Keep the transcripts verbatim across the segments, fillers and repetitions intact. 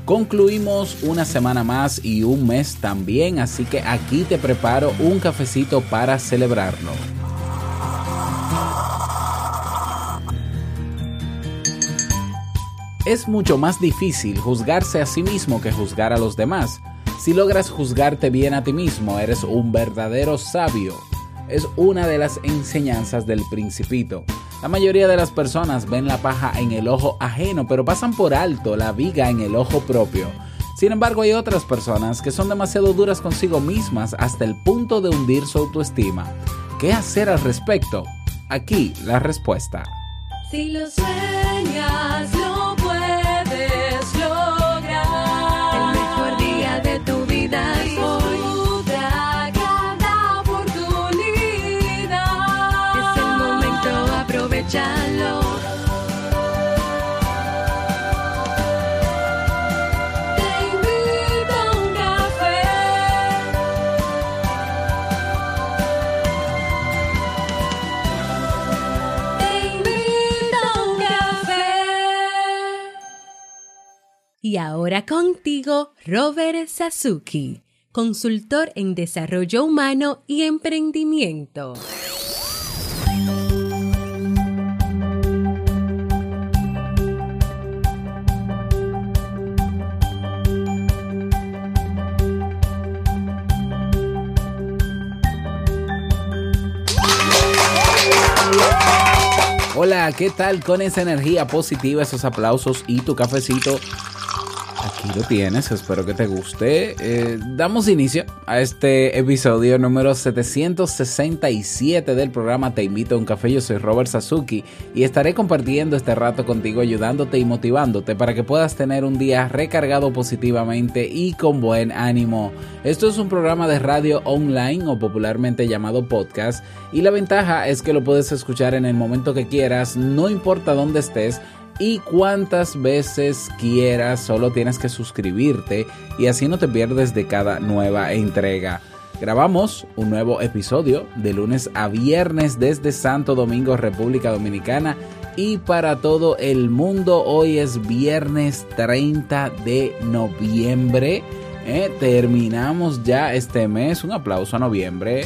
Concluimos una semana más y un mes también, así que aquí te preparo un cafecito para celebrarlo. Es mucho más difícil juzgarse a sí mismo que juzgar a los demás. Si logras juzgarte bien a ti mismo, eres un verdadero sabio. Es una de las enseñanzas del Principito. La mayoría de las personas ven la paja en el ojo ajeno, pero pasan por alto la viga en el ojo propio. Sin embargo, hay otras personas que son demasiado duras consigo mismas hasta el punto de hundir su autoestima. ¿Qué hacer al respecto? Aquí la respuesta. Si lo sueñas, lo puedes lograr. El mejor día de tu vida es hoy. Disfruta cada oportunidad. Es el momento, aprovechalo. Te invito a un café. Te invito a un café. Y ahora contigo, Robert Sasuki, consultor en desarrollo humano y emprendimiento. Hola, ¿qué tal? Con esa energía positiva, esos aplausos y tu cafecito. Aquí lo tienes, espero que te guste. Eh, damos inicio a este episodio número setecientos sesenta y siete del programa Te Invito a un Café. Yo soy Robert Sasuki y estaré compartiendo este rato contigo, ayudándote y motivándote para que puedas tener un día recargado positivamente y con buen ánimo. Esto es un programa de radio online o popularmente llamado podcast, y la ventaja es que lo puedes escuchar en el momento que quieras, no importa dónde estés y cuántas veces quieras. Solo tienes que suscribirte y así no te pierdes de cada nueva entrega. Grabamos un nuevo episodio de lunes a viernes desde Santo Domingo, República Dominicana, y para todo el mundo. Hoy es viernes treinta de noviembre. Eh, terminamos ya este mes. Un aplauso a noviembre.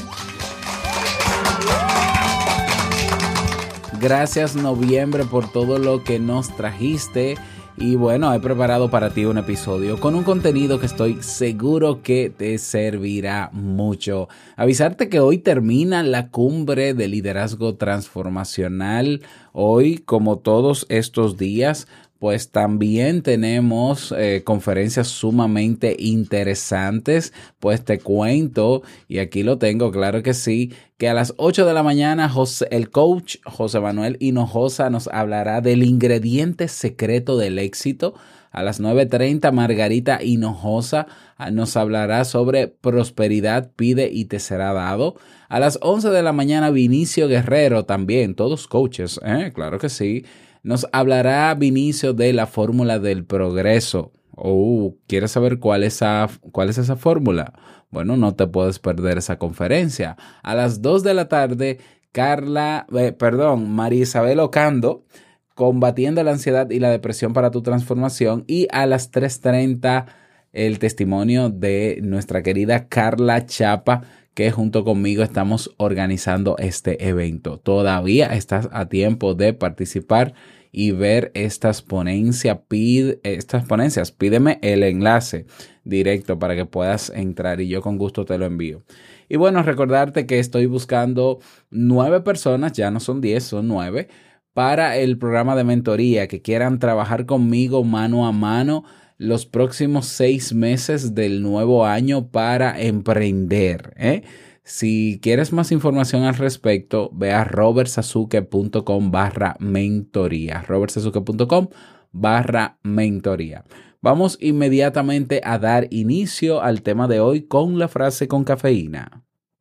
Gracias, noviembre, por todo lo que nos trajiste. Y bueno, he preparado para ti un episodio con un contenido que estoy seguro que te servirá mucho. Avisarte que hoy termina la cumbre de liderazgo transformacional. Hoy, como todos estos días, pues también tenemos eh, conferencias sumamente interesantes. Pues te cuento, y aquí lo tengo, claro que sí, que a las ocho de la mañana José, el coach José Manuel Hinojosa nos hablará del ingrediente secreto del éxito. A las nueve treinta Margarita Hinojosa nos hablará sobre prosperidad, pide y te será dado. A las once de la mañana Vinicio Guerrero, también todos coaches, ¿eh? Claro que sí. Nos hablará Vinicio de la fórmula del progreso. Oh, ¿quieres saber cuál es esa, cuál es esa fórmula? Bueno, no te puedes perder esa conferencia. A las dos de la tarde, Carla, eh, perdón, María Isabel Ocando, combatiendo la ansiedad y la depresión para tu transformación. Y a las tres treinta, el testimonio de nuestra querida Carla Chapa, que junto conmigo estamos organizando este evento. Todavía estás a tiempo de participar y ver estas ponencias. Pide, estas ponencias, pídeme el enlace directo para que puedas entrar y yo con gusto te lo envío. Y bueno, recordarte que estoy buscando nueve personas, ya no son diez, son nueve, para el programa de mentoría que quieran trabajar conmigo mano a mano los próximos seis meses del nuevo año para emprender, ¿eh? Si quieres más información al respecto, ve a robertsasuke.com barra mentoría. robertsasuke.com barra mentoría. Vamos inmediatamente a dar inicio al tema de hoy con la frase con cafeína.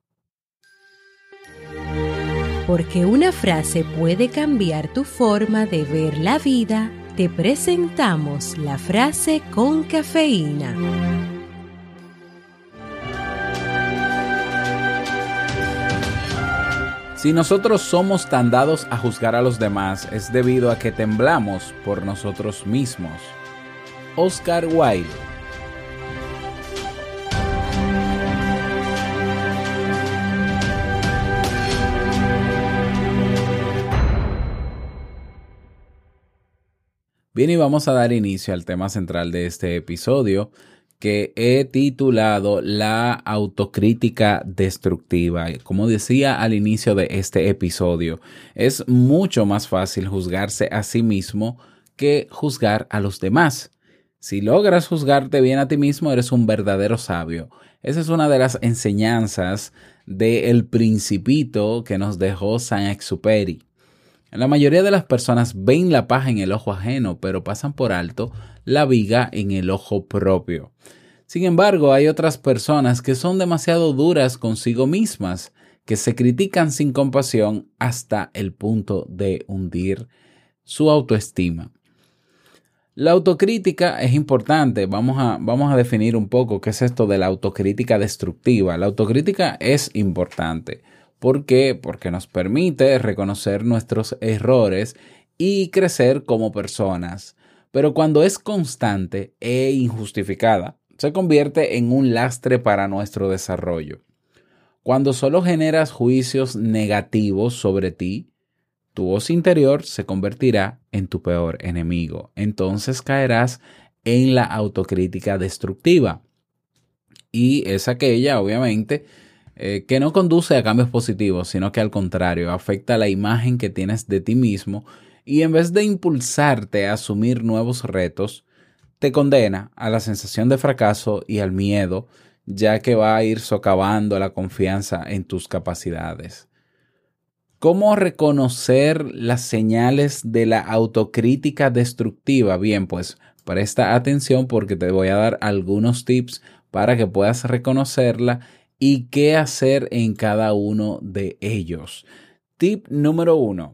Porque una frase puede cambiar tu forma de ver la vida, te presentamos la frase con cafeína. Si nosotros somos tan dados a juzgar a los demás, es debido a que temblamos por nosotros mismos. Oscar Wilde. Bien, y vamos a dar inicio al tema central de este episodio, que he titulado La autocrítica destructiva. Como decía al inicio de este episodio, es mucho más fácil juzgarse a sí mismo que juzgar a los demás. Si logras juzgarte bien a ti mismo, eres un verdadero sabio. Esa es una de las enseñanzas del Principito que nos dejó Saint-Exupéry. La mayoría de las personas ven la paja en el ojo ajeno, pero pasan por alto la viga en el ojo propio. Sin embargo, hay otras personas que son demasiado duras consigo mismas, que se critican sin compasión hasta el punto de hundir su autoestima. La autocrítica es importante. Vamos a, vamos a definir un poco qué es esto de la autocrítica destructiva. La autocrítica es importante. ¿Por qué? Porque nos permite reconocer nuestros errores y crecer como personas. Pero cuando es constante e injustificada, se convierte en un lastre para nuestro desarrollo. Cuando solo generas juicios negativos sobre ti, tu voz interior se convertirá en tu peor enemigo. Entonces caerás en la autocrítica destructiva. Y es aquella, obviamente, Eh, que no conduce a cambios positivos, sino que al contrario, afecta la imagen que tienes de ti mismo y en vez de impulsarte a asumir nuevos retos, te condena a la sensación de fracaso y al miedo, ya que va a ir socavando la confianza en tus capacidades. ¿Cómo reconocer las señales de la autocrítica destructiva? Bien, pues presta atención porque te voy a dar algunos tips para que puedas reconocerla y qué hacer en cada uno de ellos. Tip número uno.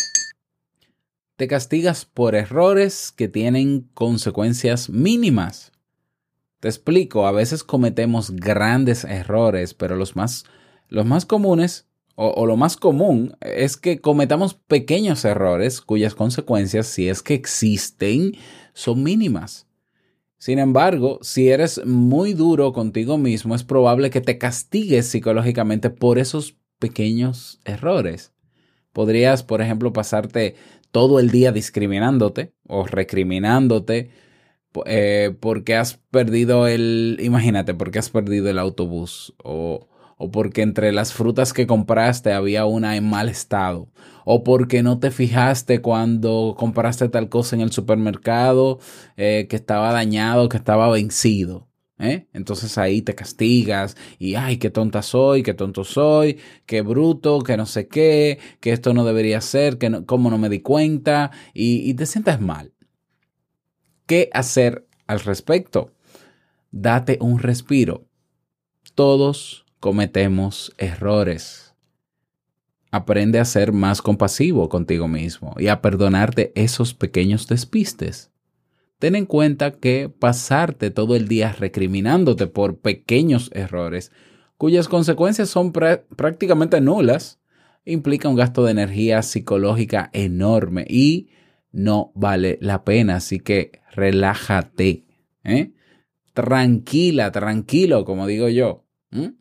Te castigas por errores que tienen consecuencias mínimas. Te explico, a veces cometemos grandes errores, pero los más, los más comunes o, o lo más común es que cometamos pequeños errores cuyas consecuencias, si es que existen, son mínimas. Sin embargo, si eres muy duro contigo mismo, es probable que te castigues psicológicamente por esos pequeños errores. Podrías, por ejemplo, pasarte todo el día discriminándote o recriminándote eh, porque has perdido el, imagínate, porque has perdido el autobús o, o porque entre las frutas que compraste había una en mal estado. O porque no te fijaste cuando compraste tal cosa en el supermercado eh, que estaba dañado, que estaba vencido. ¿eh? Entonces ahí te castigas y ay, qué tonta soy, qué tonto soy, qué bruto, que no sé qué, que esto no debería ser, que no, cómo no me di cuenta y, y te sientes mal. ¿Qué hacer al respecto? Date un respiro. Todos cometemos errores. Aprende a ser más compasivo contigo mismo y a perdonarte esos pequeños despistes. Ten en cuenta que pasarte todo el día recriminándote por pequeños errores, cuyas consecuencias son pr- prácticamente nulas, implica un gasto de energía psicológica enorme y no vale la pena. Así que relájate, ¿eh? Tranquila, tranquilo, como digo yo. ¿Mm?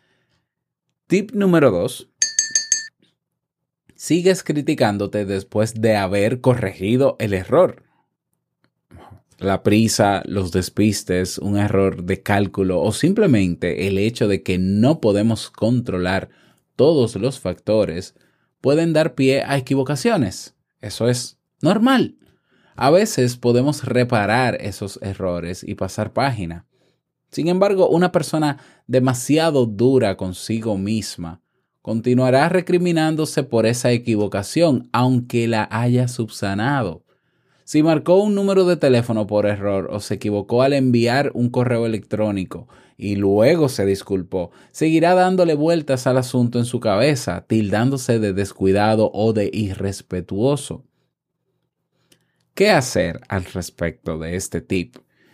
Tip número dos. Sigues criticándote después de haber corregido el error. La prisa, los despistes, un error de cálculo o simplemente el hecho de que no podemos controlar todos los factores pueden dar pie a equivocaciones. Eso es normal. A veces podemos reparar esos errores y pasar página. Sin embargo, una persona demasiado dura consigo misma continuará recriminándose por esa equivocación, aunque la haya subsanado. Si marcó un número de teléfono por error o se equivocó al enviar un correo electrónico y luego se disculpó, seguirá dándole vueltas al asunto en su cabeza, tildándose de descuidado o de irrespetuoso. ¿Qué hacer al respecto de este tip?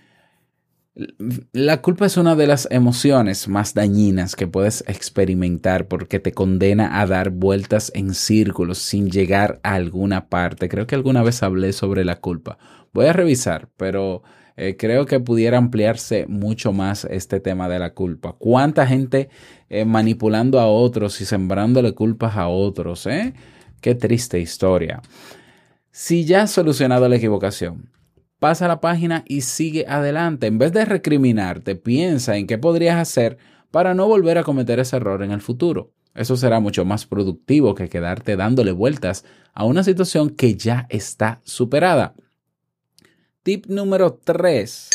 La culpa es una de las emociones más dañinas que puedes experimentar porque te condena a dar vueltas en círculos sin llegar a alguna parte. Creo que alguna vez hablé sobre la culpa. Voy a revisar, pero Eh, creo que pudiera ampliarse mucho más este tema de la culpa. ¿Cuánta gente eh, manipulando a otros y sembrándole culpas a otros? ¿eh? Qué triste historia. Si ya has solucionado la equivocación, pasa a la página y sigue adelante. En vez de recriminarte, piensa en qué podrías hacer para no volver a cometer ese error en el futuro. Eso será mucho más productivo que quedarte dándole vueltas a una situación que ya está superada. Tip número tres.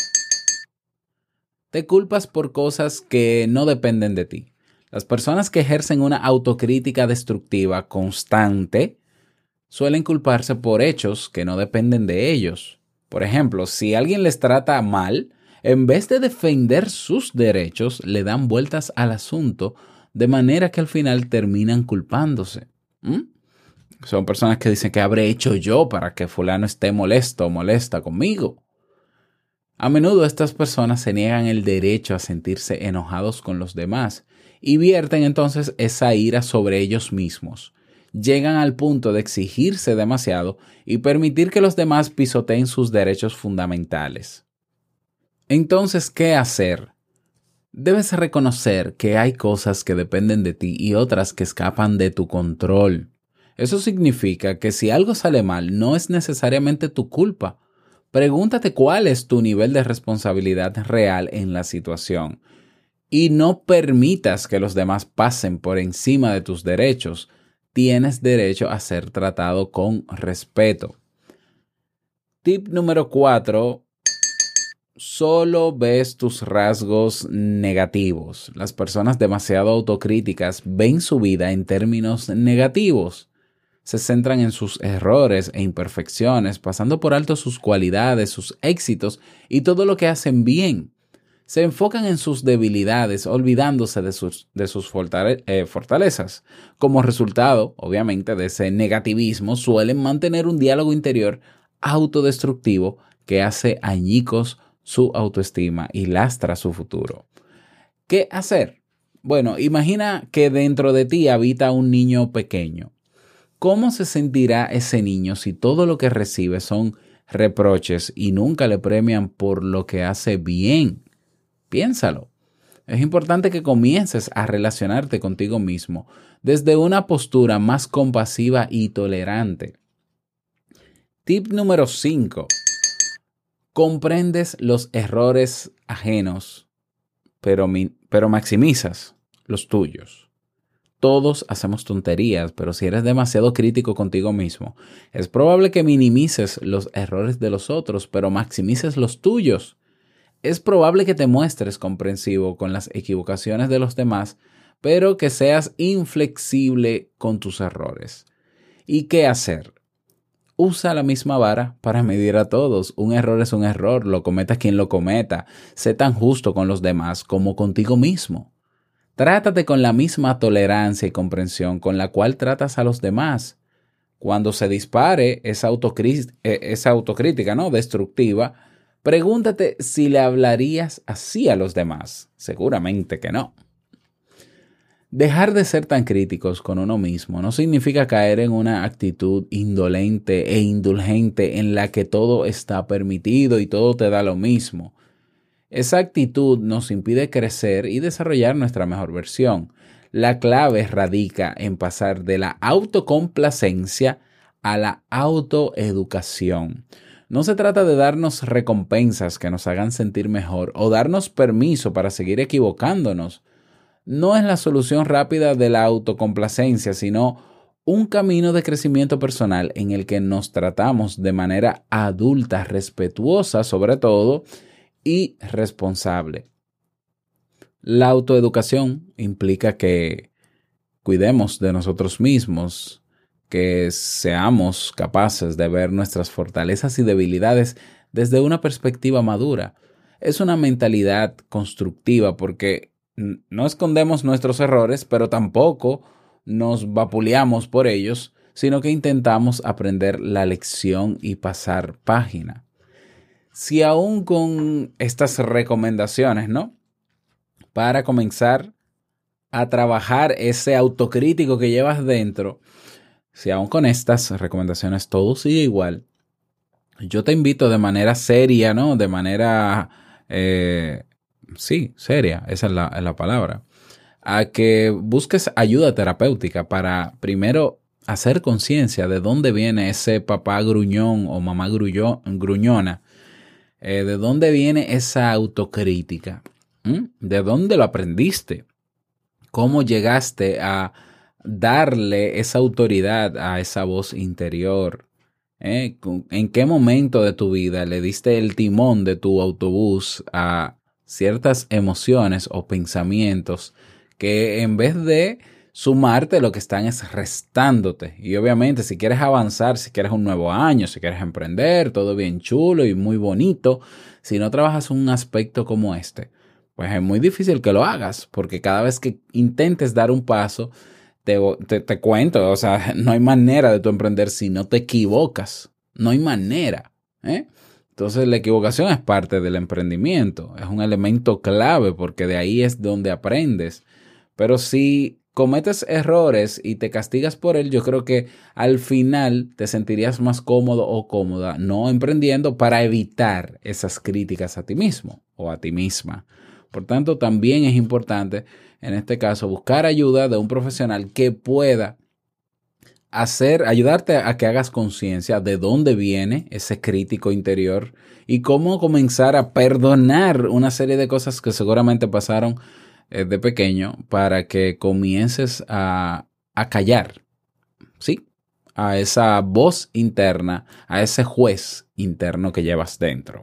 Te culpas por cosas que no dependen de ti. Las personas que ejercen una autocrítica destructiva constante suelen culparse por hechos que no dependen de ellos. Por ejemplo, si alguien les trata mal, en vez de defender sus derechos, le dan vueltas al asunto, de manera que al final terminan culpándose. ¿Mm? Son personas que dicen que habré hecho yo para que fulano esté molesto o molesta conmigo. A menudo estas personas se niegan el derecho a sentirse enojados con los demás y vierten entonces esa ira sobre ellos mismos. Llegan al punto de exigirse demasiado y permitir que los demás pisoteen sus derechos fundamentales. Entonces, ¿qué hacer? Debes reconocer que hay cosas que dependen de ti y otras que escapan de tu control. Eso significa que si algo sale mal, no es necesariamente tu culpa. Pregúntate cuál es tu nivel de responsabilidad real en la situación. Y no permitas que los demás pasen por encima de tus derechos. Tienes derecho a ser tratado con respeto. Tip número cuatro. Solo ves tus rasgos negativos. Las personas demasiado autocríticas ven su vida en términos negativos. Se centran en sus errores e imperfecciones, pasando por alto sus cualidades, sus éxitos y todo lo que hacen bien. Se enfocan en sus debilidades, olvidándose de sus, de sus fortale- eh, fortalezas. Como resultado, obviamente, de ese negativismo, suelen mantener un diálogo interior autodestructivo que hace añicos su autoestima y lastra su futuro. ¿Qué hacer? Bueno, imagina que dentro de ti habita un niño pequeño. ¿Cómo se sentirá ese niño si todo lo que recibe son reproches y nunca le premian por lo que hace bien? Piénsalo. Es importante que comiences a relacionarte contigo mismo desde una postura más compasiva y tolerante. Tip número cinco. Comprendes los errores ajenos, pero, mi, pero maximizas los tuyos. Todos hacemos tonterías, pero si eres demasiado crítico contigo mismo, es probable que minimices los errores de los otros, pero maximices los tuyos. Es probable que te muestres comprensivo con las equivocaciones de los demás, pero que seas inflexible con tus errores. ¿Y qué hacer? Usa la misma vara para medir a todos. Un error es un error, lo cometa quien lo cometa. Sé tan justo con los demás como contigo mismo. Trátate con la misma tolerancia y comprensión con la cual tratas a los demás. Cuando se dispare esa, autocrí- esa autocrítica, ¿no?, destructiva, pregúntate si le hablarías así a los demás. Seguramente que no. Dejar de ser tan críticos con uno mismo no significa caer en una actitud indolente e indulgente en la que todo está permitido y todo te da lo mismo. Esa actitud nos impide crecer y desarrollar nuestra mejor versión. La clave radica en pasar de la autocomplacencia a la autoeducación. No se trata de darnos recompensas que nos hagan sentir mejor o darnos permiso para seguir equivocándonos. No es la solución rápida de la autocomplacencia, sino un camino de crecimiento personal en el que nos tratamos de manera adulta, respetuosa sobre todo, y responsable. La autoeducación implica que cuidemos de nosotros mismos, que seamos capaces de ver nuestras fortalezas y debilidades desde una perspectiva madura. Es una mentalidad constructiva porque no escondemos nuestros errores, pero tampoco nos vapuleamos por ellos, sino que intentamos aprender la lección y pasar página. Si aún con estas recomendaciones, ¿no?, para comenzar a trabajar ese autocrítico que llevas dentro, si aún con estas recomendaciones todo sigue igual, yo te invito de manera seria, ¿no? De manera, eh, sí, seria, esa es la, es la palabra, a que busques ayuda terapéutica para primero hacer conciencia de dónde viene ese papá gruñón o mamá grullo, gruñona, eh, de dónde viene esa autocrítica, ¿Mm? ¿De dónde lo aprendiste? ¿Cómo llegaste a darle esa autoridad a esa voz interior? ¿Eh? ¿En qué momento de tu vida le diste el timón de tu autobús a ciertas emociones o pensamientos que en vez de sumarte lo que están es restándote? Y obviamente si quieres avanzar, si quieres un nuevo año, si quieres emprender, todo bien chulo y muy bonito, si no trabajas un aspecto como este, pues es muy difícil que lo hagas, porque cada vez que intentes dar un paso, te, te, te cuento, o sea, no hay manera de tu emprender si no te equivocas, no hay manera, ¿eh? Entonces la equivocación es parte del emprendimiento, es un elemento clave porque de ahí es donde aprendes, pero si cometes errores y te castigas por él, yo creo que al final te sentirías más cómodo o cómoda no emprendiendo para evitar esas críticas a ti mismo o a ti misma. Por tanto, también es importante, en este caso, buscar ayuda de un profesional que pueda hacer, ayudarte a que hagas conciencia de dónde viene ese crítico interior y cómo comenzar a perdonar una serie de cosas que seguramente pasaron eh, de pequeño para que comiences a, a callar, ¿sí? A esa voz interna, a ese juez interno que llevas dentro.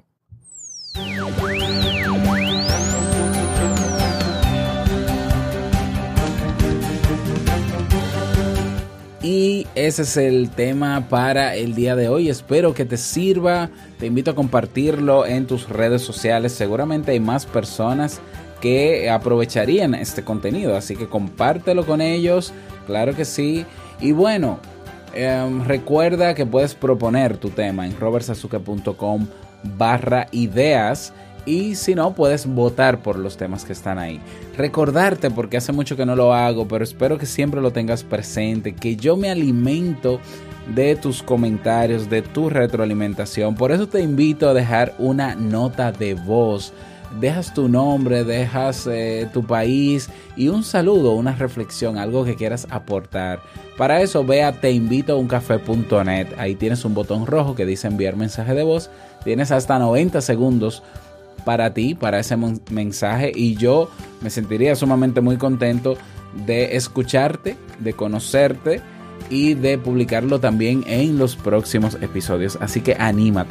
Y ese es el tema para el día de hoy. Espero que te sirva. Te invito a compartirlo en tus redes sociales. Seguramente hay más personas que aprovecharían este contenido. Así que compártelo con ellos. Claro que sí. Y bueno, eh, recuerda que puedes proponer tu tema en robertsazuke.com barra ideas. Y si no, puedes votar por los temas que están ahí. Recordarte, porque hace mucho que no lo hago, pero espero que siempre lo tengas presente, que yo me alimento de tus comentarios, de tu retroalimentación. Por eso te invito a dejar una nota de voz. Dejas tu nombre, dejas eh, tu país y un saludo, una reflexión, algo que quieras aportar. Para eso ve a te invito a un café punto net. Ahí tienes un botón rojo que dice enviar mensaje de voz. Tienes hasta noventa segundos para ti, para ese mensaje, y yo me sentiría sumamente muy contento de escucharte, de conocerte y de publicarlo también en los próximos episodios. Así que anímate.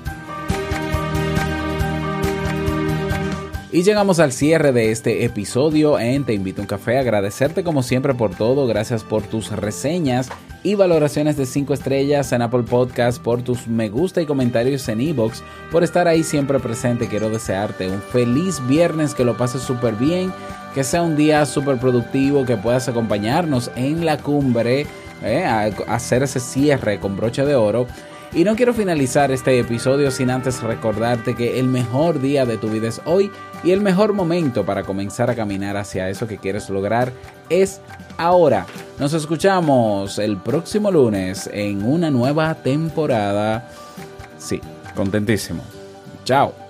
Y llegamos al cierre de este episodio en Te Invito a un Café. Agradecerte como siempre por todo. Gracias por tus reseñas y valoraciones de cinco estrellas en Apple Podcast, por tus me gusta y comentarios en iVoox, por estar ahí siempre presente. Quiero desearte un feliz viernes, que lo pases súper bien, que sea un día súper productivo, que puedas acompañarnos en la cumbre, eh, a hacer ese cierre con broche de oro. Y no quiero finalizar este episodio sin antes recordarte que el mejor día de tu vida es hoy y el mejor momento para comenzar a caminar hacia eso que quieres lograr es ahora. Nos escuchamos el próximo lunes en una nueva temporada. Sí, contentísimo. Chao.